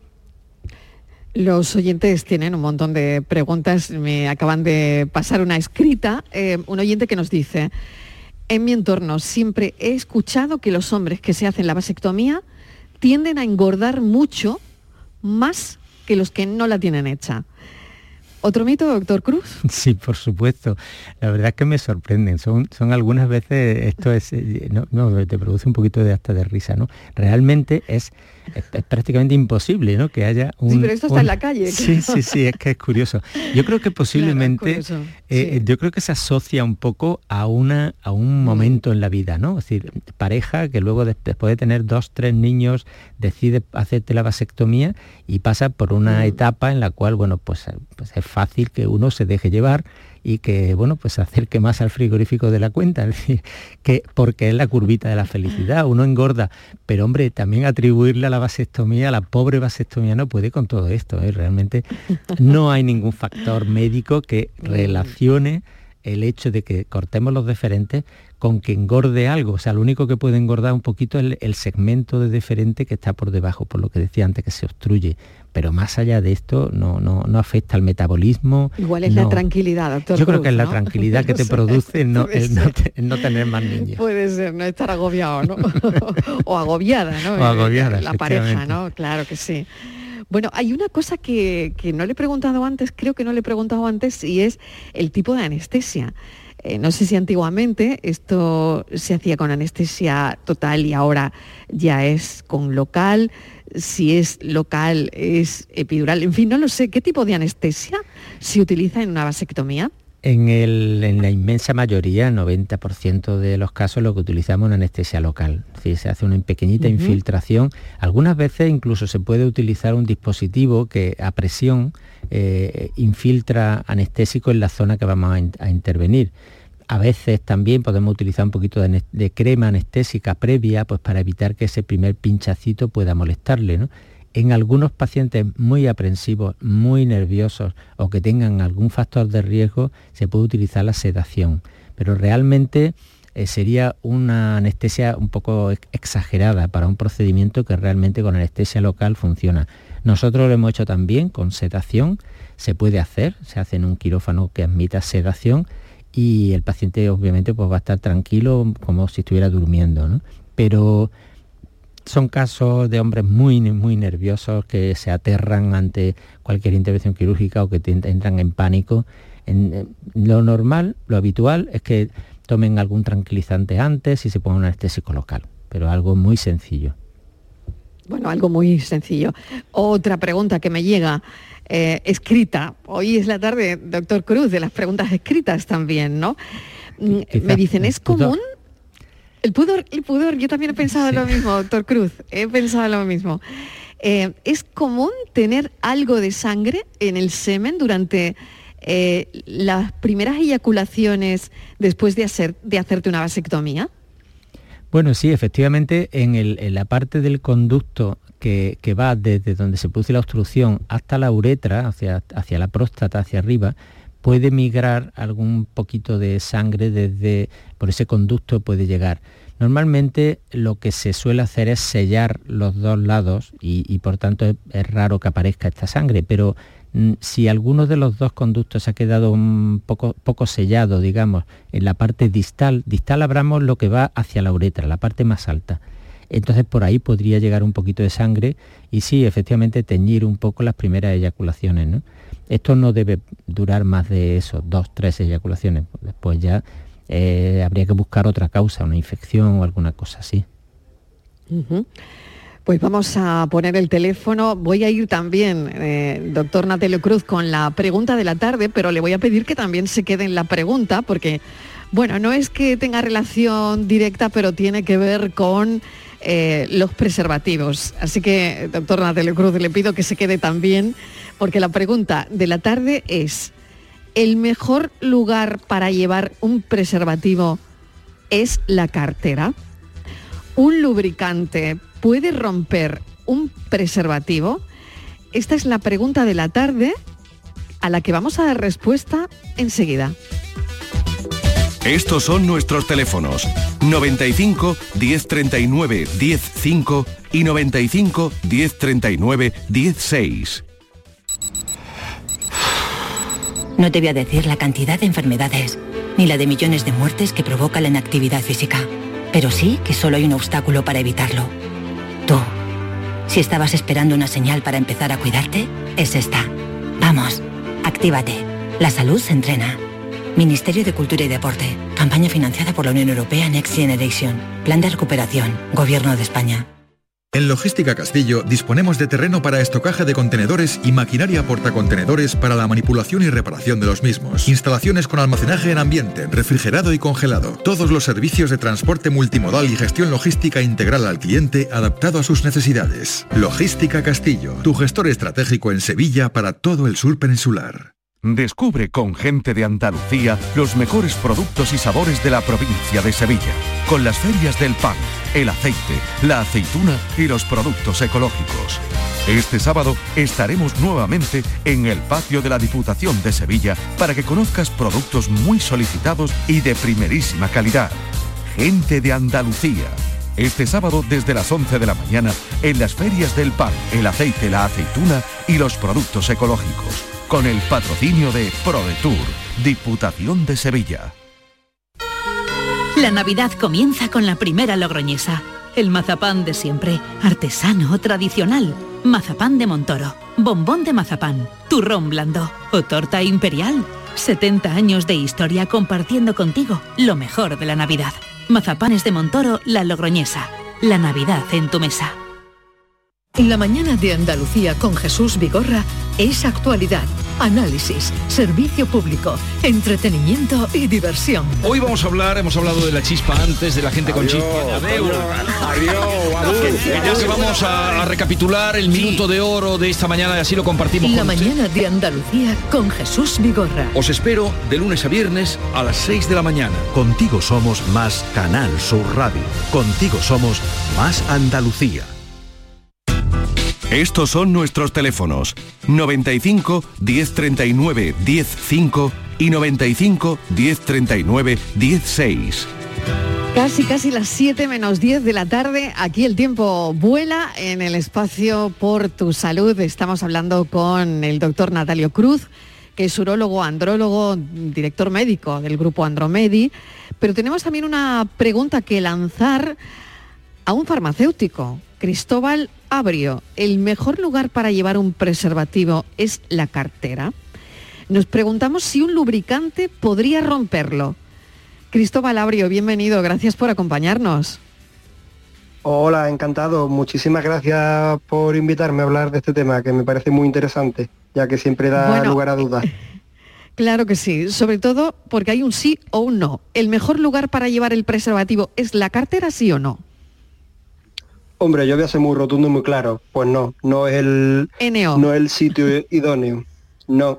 Los oyentes tienen un montón de preguntas, me acaban de pasar una escrita, un oyente que nos dice: en mi entorno siempre he escuchado que los hombres que se hacen la vasectomía tienden a engordar mucho más que los que no la tienen hecha. ¿Otro mito, doctor Cruz? Sí, por supuesto. La verdad es que me sorprenden. Son algunas veces, esto es, te produce un poquito hasta de risa, ¿no? Realmente es prácticamente imposible, ¿no? Que haya un... Sí, pero esto está en la calle. Sí, claro. Sí, es que es curioso. Yo creo que posiblemente, claro, sí. Yo creo que se asocia un poco a un momento en la vida, ¿no? Es decir, pareja que luego después de tener 2, 3 niños decide hacerte la vasectomía y pasa por una etapa en la cual, bueno, pues es fácil que uno se deje llevar y que, bueno, pues se acerque más al frigorífico de la cuenta, es decir, que porque es la curvita de la felicidad, uno engorda, pero hombre, también atribuirle a la vasectomía, a la pobre vasectomía, no puede con todo esto, realmente no hay ningún factor médico que relacione el hecho de que cortemos los deferentes con que engorde algo. O sea, lo único que puede engordar un poquito es el segmento de deferente que está por debajo, por lo que decía antes, que se obstruye. Pero más allá de esto, no afecta al metabolismo. Igual es la tranquilidad, doctor Yo creo Cruz, que es ¿no? la tranquilidad que te produce el no tener más niños. Puede ser, no estar agobiado, ¿no? O agobiada, ¿no? O agobiada, la pareja, ¿no? Claro que sí. Bueno, hay una cosa que no le he preguntado antes, creo que no le he preguntado antes, y es el tipo de anestesia. No sé si antiguamente esto se hacía con anestesia total y ahora ya es con local. Si es local, es epidural. En fin, no lo sé. ¿Qué tipo de anestesia se utiliza en una vasectomía? En la inmensa mayoría, 90% de los casos, lo que utilizamos es una anestesia local. Es decir, se hace una pequeñita infiltración. Algunas veces incluso se puede utilizar un dispositivo que a presión infiltra anestésico en la zona que vamos a intervenir. A veces también podemos utilizar un poquito de crema anestésica previa, pues para evitar que ese primer pinchacito pueda molestarle, ¿no? En algunos pacientes muy aprensivos, muy nerviosos o que tengan algún factor de riesgo, se puede utilizar la sedación, pero realmente sería una anestesia un poco exagerada para un procedimiento que realmente con anestesia local funciona. Nosotros lo hemos hecho también con sedación, se puede hacer, se hace en un quirófano que admita sedación y el paciente obviamente pues va a estar tranquilo como si estuviera durmiendo, ¿no? Pero son casos de hombres muy, muy nerviosos que se aterran ante cualquier intervención quirúrgica o que entran en pánico. Lo normal, lo habitual es que tomen algún tranquilizante antes y se pongan un anestésico local, pero algo muy sencillo. Bueno, algo muy sencillo. Otra pregunta que me llega escrita. Hoy es la tarde, doctor Cruz, de las preguntas escritas también, ¿no? Me dicen, ¿es común? El pudor, yo también he pensado lo mismo, doctor Cruz, he pensado lo mismo. ¿Es común tener algo de sangre en el semen durante las primeras eyaculaciones después de hacerte una vasectomía? Bueno, sí, efectivamente, en la parte del conducto que va desde donde se produce la obstrucción hasta la uretra, hacia la próstata, hacia arriba, puede migrar algún poquito de sangre por ese conducto puede llegar. Normalmente lo que se suele hacer es sellar los dos lados y por tanto es raro que aparezca esta sangre, pero si alguno de los dos conductos se ha quedado un poco sellado, digamos, en la parte distal hablamos lo que va hacia la uretra, la parte más alta. Entonces por ahí podría llegar un poquito de sangre y sí, efectivamente teñir un poco las primeras eyaculaciones, ¿no? Esto no debe durar más de eso, 2-3 eyaculaciones. Después ya habría que buscar otra causa, una infección o alguna cosa así. Uh-huh. Pues vamos a poner el teléfono. Voy a ir también, doctor Natelio Cruz, con la pregunta de la tarde, pero le voy a pedir que también se quede en la pregunta, porque, bueno, no es que tenga relación directa, pero tiene que ver con los preservativos. Así que, doctor Natelio Cruz, le pido que se quede también, porque la pregunta de la tarde es, ¿el mejor lugar para llevar un preservativo es la cartera? ¿Un lubricante puede romper un preservativo? Esta es la pregunta de la tarde a la que vamos a dar respuesta enseguida. Estos son nuestros teléfonos 95 1039 105 y 95 1039 16. No te voy a decir la cantidad de enfermedades, ni la de millones de muertes que provoca la inactividad física, pero sí que solo hay un obstáculo para evitarlo. Tú. Si estabas esperando una señal para empezar a cuidarte, es esta. Vamos, actívate. La salud se entrena. Ministerio de Cultura y Deporte. Campaña financiada por la Unión Europea Next Generation. Plan de recuperación. Gobierno de España. En Logística Castillo disponemos de terreno para estocaje de contenedores y maquinaria portacontenedores para la manipulación y reparación de los mismos. Instalaciones con almacenaje en ambiente, refrigerado y congelado. Todos los servicios de transporte multimodal y gestión logística integral al cliente adaptado a sus necesidades. Logística Castillo, tu gestor estratégico en Sevilla para todo el sur peninsular. Descubre con Gente de Andalucía los mejores productos y sabores de la provincia de Sevilla, con las ferias del pan, el aceite, la aceituna y los productos ecológicos. Este sábado estaremos nuevamente en el patio de la Diputación de Sevilla para que conozcas productos muy solicitados y de primerísima calidad. Gente de Andalucía. Este sábado desde las 11 de la mañana en las ferias del pan, el aceite, la aceituna y los productos ecológicos. Con el patrocinio de ProDetour, Diputación de Sevilla. La Navidad comienza con la primera Logroñesa. El mazapán de siempre, artesano, tradicional. Mazapán de Montoro, bombón de mazapán, turrón blando o torta imperial. 70 años de historia compartiendo contigo lo mejor de la Navidad. Mazapanes de Montoro, La Logroñesa. La Navidad en tu mesa. La mañana de Andalucía con Jesús Vigorra es actualidad, análisis, servicio público, entretenimiento y diversión. Hoy hemos hablado de la chispa antes, de la gente con chispa. Que ya que vamos a recapitular el minuto de oro de esta mañana y así lo compartimos La con mañana de Andalucía con Jesús Vigorra. Os espero de lunes a viernes a las 6 de la mañana. Contigo somos más Canal Sur Radio. Contigo somos más Andalucía. Estos son nuestros teléfonos: 95 1039 105 y 95 1039 16. Casi las 7 menos 10 de la tarde. Aquí el tiempo vuela en el espacio Por tu Salud. Estamos hablando con el doctor Natalio Cruz, que es urólogo, andrólogo, director médico del grupo Andromedi. Pero tenemos también una pregunta que lanzar a un farmacéutico. Cristóbal Abrio, ¿el mejor lugar para llevar un preservativo es la cartera? Nos preguntamos si un lubricante podría romperlo. Cristóbal Abrio, bienvenido, gracias por acompañarnos. Hola, encantado. Muchísimas gracias por invitarme a hablar de este tema, que me parece muy interesante, ya que siempre da lugar a dudas. Claro que sí, sobre todo porque hay un sí o un no. ¿El mejor lugar para llevar el preservativo es la cartera, sí o no? Hombre, yo voy a ser muy rotundo y muy claro. Pues no es el sitio idóneo. No.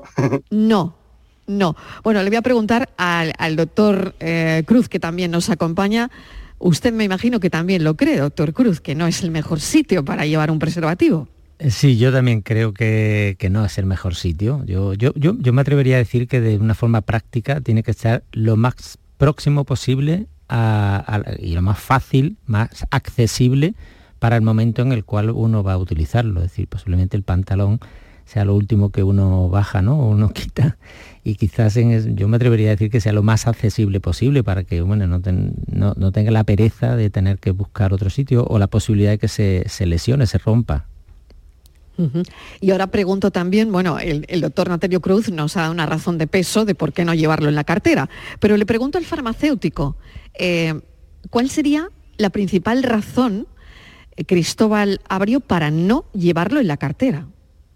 No. Bueno, le voy a preguntar al doctor Cruz, que también nos acompaña. Usted me imagino que también lo cree, doctor Cruz, que no es el mejor sitio para llevar un preservativo. Sí, yo también creo que no es el mejor sitio. Yo me atrevería a decir que de una forma práctica tiene que estar lo más próximo posible y lo más fácil, más accesible para el momento en el cual uno va a utilizarlo. Es decir, posiblemente el pantalón sea lo último que uno baja, ¿no? O uno quita. Y quizás yo me atrevería a decir que sea lo más accesible posible para que no tenga la pereza de tener que buscar otro sitio o la posibilidad de que se lesione, se rompa. Uh-huh. Y ahora pregunto también, el doctor Natalio Cruz nos ha dado una razón de peso de por qué no llevarlo en la cartera, pero le pregunto al farmacéutico, ¿cuál sería la principal razón, Cristóbal Abrio, para no llevarlo en la cartera?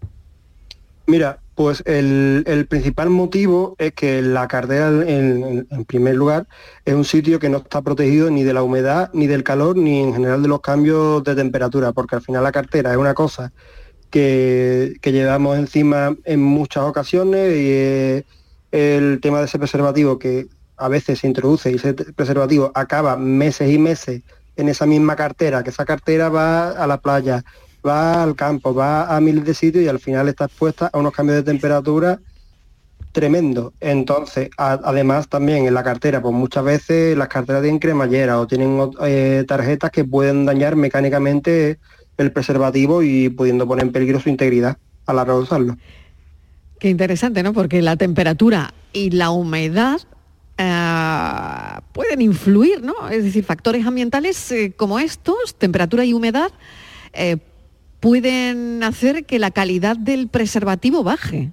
Mira, pues el principal motivo es que la cartera, en primer lugar, es un sitio que no está protegido ni de la humedad, ni del calor, ni en general de los cambios de temperatura, porque al final la cartera es una cosa que llevamos encima en muchas ocasiones, y el tema de ese preservativo que a veces se introduce y ese preservativo acaba meses y meses en esa misma cartera, que esa cartera va a la playa, va al campo, va a miles de sitios y al final está expuesta a unos cambios de temperatura tremendos. Entonces, además también en la cartera, pues muchas veces las carteras tienen cremallera o tienen tarjetas que pueden dañar mecánicamente el preservativo y pudiendo poner en peligro su integridad a la hora de usarlo. Qué interesante, ¿no? Porque la temperatura y la humedad pueden influir, ¿no? Es decir, factores ambientales como estos, temperatura y humedad, pueden hacer que la calidad del preservativo baje.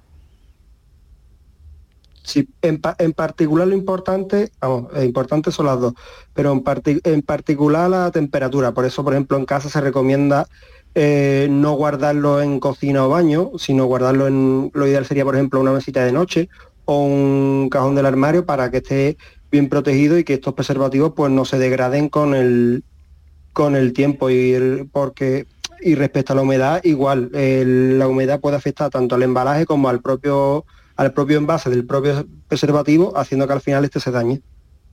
Sí, en particular lo importante, importantes son las dos, pero en particular la temperatura. Por eso, por ejemplo, en casa se recomienda no guardarlo en cocina o baño, sino guardarlo lo ideal sería, por ejemplo, una mesita de noche o un cajón del armario para que esté bien protegido y que estos preservativos pues no se degraden con el tiempo y respecto a la humedad, igual, la humedad puede afectar tanto al embalaje como al propio envase del propio preservativo, haciendo que al final este se dañe.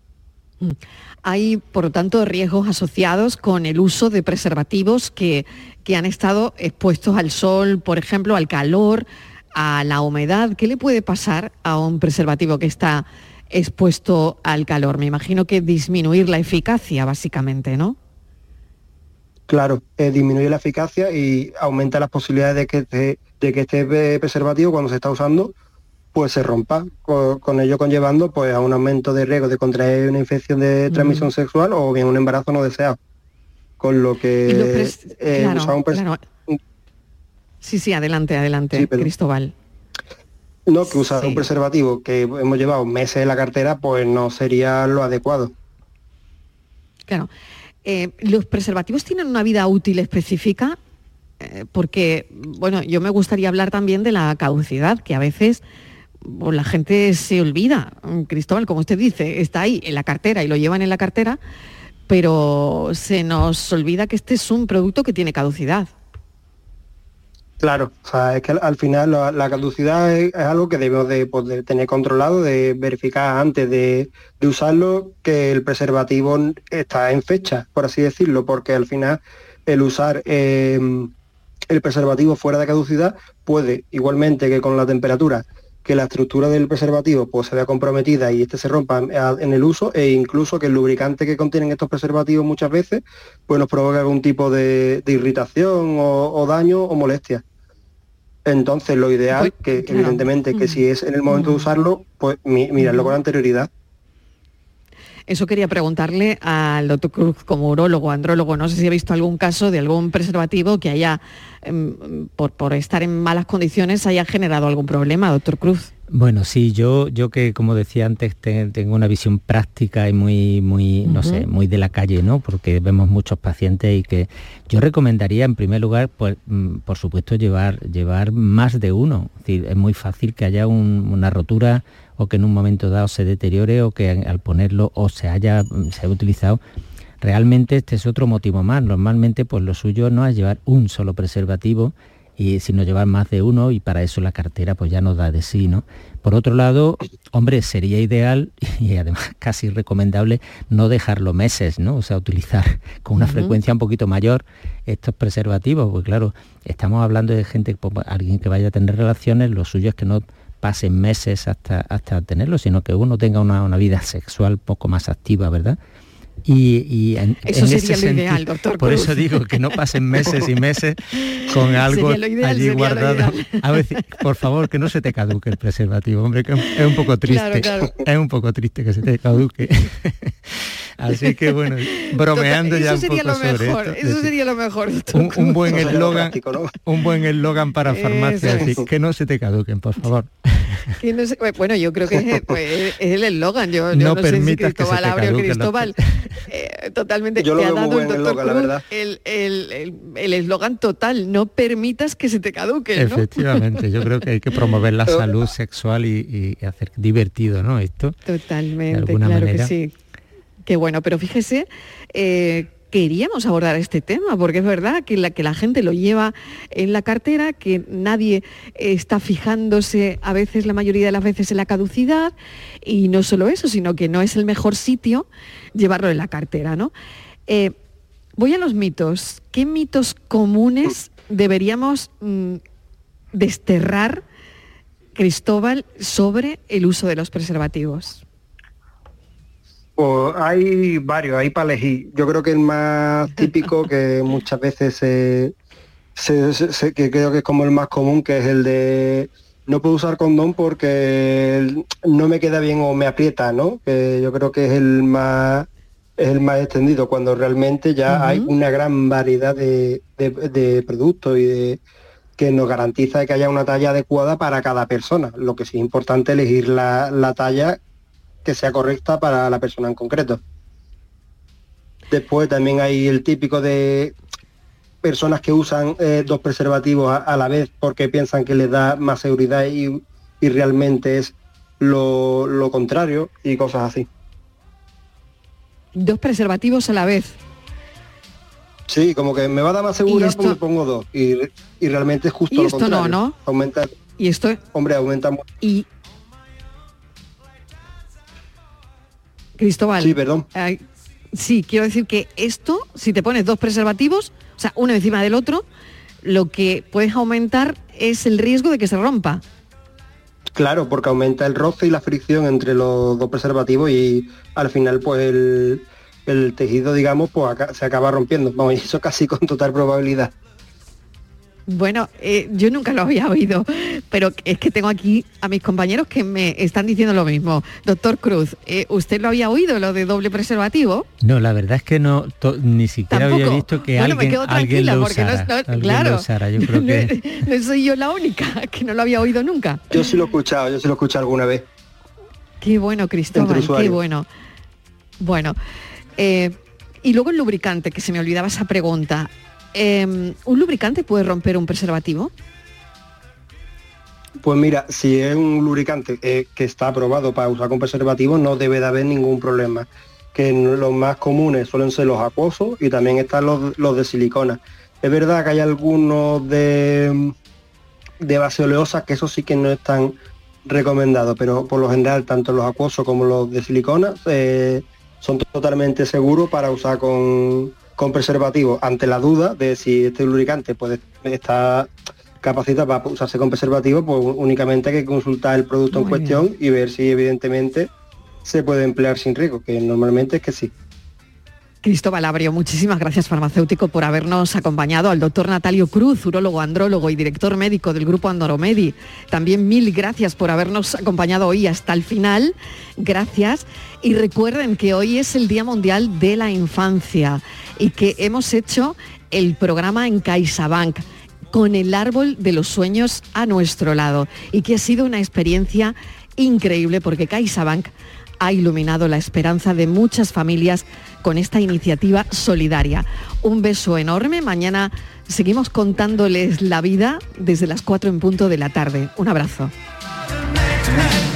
Hay, por lo tanto, riesgos asociados con el uso de preservativos que han estado expuestos al sol, por ejemplo, al calor, a la humedad. ¿Qué le puede pasar a un preservativo que está expuesto al calor? Me imagino que disminuir la eficacia, básicamente, ¿no? Claro, disminuye la eficacia y aumenta las posibilidades de que este preservativo, cuando se está usando, pues se rompa, con ello conllevando pues a un aumento de riesgo de contraer una infección de transmisión sexual o bien un embarazo no deseado. Con lo que Sí, adelante, sí, Cristóbal. No, que usar un preservativo que hemos llevado meses en la cartera, pues no sería lo adecuado. Claro. ¿Los preservativos tienen una vida útil específica? Porque, yo me gustaría hablar también de la caducidad, que a veces la gente se olvida. Cristóbal, como usted dice, está ahí en la cartera y lo llevan en la cartera, pero se nos olvida que este es un producto que tiene caducidad. Claro, es que al final la caducidad es algo que debemos de tener controlado, de verificar antes de usarlo que el preservativo está en fecha, por así decirlo, porque al final el usar el preservativo fuera de caducidad, puede, igualmente que con la temperatura, que la estructura del preservativo pues se vea comprometida y este se rompa en el uso, e incluso que el lubricante que contienen estos preservativos muchas veces pues nos provoca algún tipo de irritación o daño o molestia. Entonces lo ideal, que claro, evidentemente que si es en el momento de usarlo, pues mirarlo con anterioridad. Eso quería preguntarle al doctor Cruz como urólogo, andrólogo. No sé si ha visto algún caso de algún preservativo que haya, por estar en malas condiciones, haya generado algún problema, doctor Cruz. Bueno, sí, yo que, como decía antes, tengo una visión práctica y muy no sé, muy de la calle, ¿no? Porque vemos muchos pacientes y que yo recomendaría, en primer lugar, pues, por supuesto, llevar más de uno. Es decir, es muy fácil que haya una rotura o que en un momento dado se deteriore o que al ponerlo o se haya utilizado. Realmente este es otro motivo más. Normalmente pues lo suyo no es llevar un solo preservativo, sino llevar más de uno, y para eso la cartera pues ya nos da de sí, ¿no? Por otro lado, hombre, sería ideal y además casi recomendable no dejarlo meses, ¿no? O sea, utilizar con una frecuencia un poquito mayor estos preservativos, porque claro, estamos hablando de gente, pues, alguien que vaya a tener relaciones, lo suyo es que no pasen meses hasta tenerlo, sino que uno tenga una vida sexual poco más activa, ¿verdad? Y eso sería lo ideal, doctor. Por eso digo que no pasen meses y meses con algo allí guardado. A ver, por favor, que no se te caduque el preservativo, hombre, que es un poco triste. Claro. Es un poco triste que se te caduque. Así que bueno, bromeando ya un poco sobre esto. Eso sería lo mejor. Un buen eslogan, un buen eslogan para farmacia, así que no se te caduquen, por favor. Bueno, yo creo que es el eslogan. Yo no sé si Cristóbal abre o Cristóbal. Totalmente. Yo lo te ha veo dado muy el buen doctor eslogan, la verdad. El eslogan total. No permitas que se te caduque, ¿no? Efectivamente. Yo creo que hay que promover la salud sexual y hacer divertido, ¿no? Esto. Totalmente. De alguna claro manera. Que sí. Qué bueno, pero fíjese, queríamos abordar este tema, porque es verdad que la gente lo lleva en la cartera, que nadie está fijándose a veces, la mayoría de las veces, en la caducidad, y no solo eso, sino que no es el mejor sitio llevarlo en la cartera, ¿no? Voy a los mitos. ¿Qué mitos comunes deberíamos desterrar, Cristóbal, sobre el uso de los preservativos? Pues hay varios, hay para elegir. Yo creo que el más típico, que muchas veces que creo que es como el más común, que es el de no puedo usar condón porque no me queda bien o me aprieta, ¿no? Que yo creo que es el más extendido, cuando realmente ya hay una gran variedad de productos y que nos garantiza que haya una talla adecuada para cada persona. Lo que sí es importante elegir la talla que sea correcta para la persona en concreto. Después también hay el típico de personas que usan 2 preservativos a la vez porque piensan que les da más seguridad y realmente es lo contrario, y cosas así. 2 preservativos a la vez. Sí, como que me va a dar más seguridad porque me pongo 2 y realmente es justo lo contrario. Y esto no. Aumenta. Y esto, hombre, aumenta mucho. Y Cristóbal. Sí, perdón. Sí, quiero decir que esto, si te pones 2 preservativos, o sea, uno encima del otro, lo que puedes aumentar es el riesgo de que se rompa. Claro, porque aumenta el roce y la fricción entre los 2 preservativos y al final pues el tejido, digamos, pues se acaba rompiendo. Vamos, y eso casi con total probabilidad. Bueno, yo nunca lo había oído, pero es que tengo aquí a mis compañeros que me están diciendo lo mismo. Doctor Cruz, ¿usted lo había oído, lo de doble preservativo? No, la verdad es que no, ni siquiera ¿Tampoco? Había visto que bueno, alguien lo porque usara. Claro, lo usara. Yo creo que... no soy yo la única que no lo había oído nunca. Yo sí lo he escuchado alguna vez. Qué bueno, Cristóbal, qué bueno. Bueno, y luego el lubricante, que se me olvidaba esa pregunta. ¿Un lubricante puede romper un preservativo? Pues mira, si es un lubricante que está aprobado para usar con preservativo, no debe de haber ningún problema. Que los más comunes suelen ser los acuosos y también están los de silicona. Es verdad que hay algunos de base oleosa que eso sí que no están recomendados, pero por lo general tanto los acuosos como los de silicona son totalmente seguros para usar con con preservativo ante la duda de si este lubricante puede estar capacitado para usarse con preservativo, pues únicamente hay que consultar el producto en cuestión y ver si evidentemente se puede emplear sin riesgo, que normalmente es que sí. Cristóbal Abrio, muchísimas gracias, farmacéutico, por habernos acompañado. Al doctor Natalio Cruz, urólogo, andrólogo y director médico del grupo Andromedi. También mil gracias por habernos acompañado hoy hasta el final. Gracias. Y recuerden que hoy es el Día Mundial de la Infancia y que hemos hecho el programa en CaixaBank con el árbol de los sueños a nuestro lado y que ha sido una experiencia increíble porque CaixaBank ha iluminado la esperanza de muchas familias con esta iniciativa solidaria. Un beso enorme. Mañana seguimos contándoles la vida desde las 4 en punto de la tarde. Un abrazo.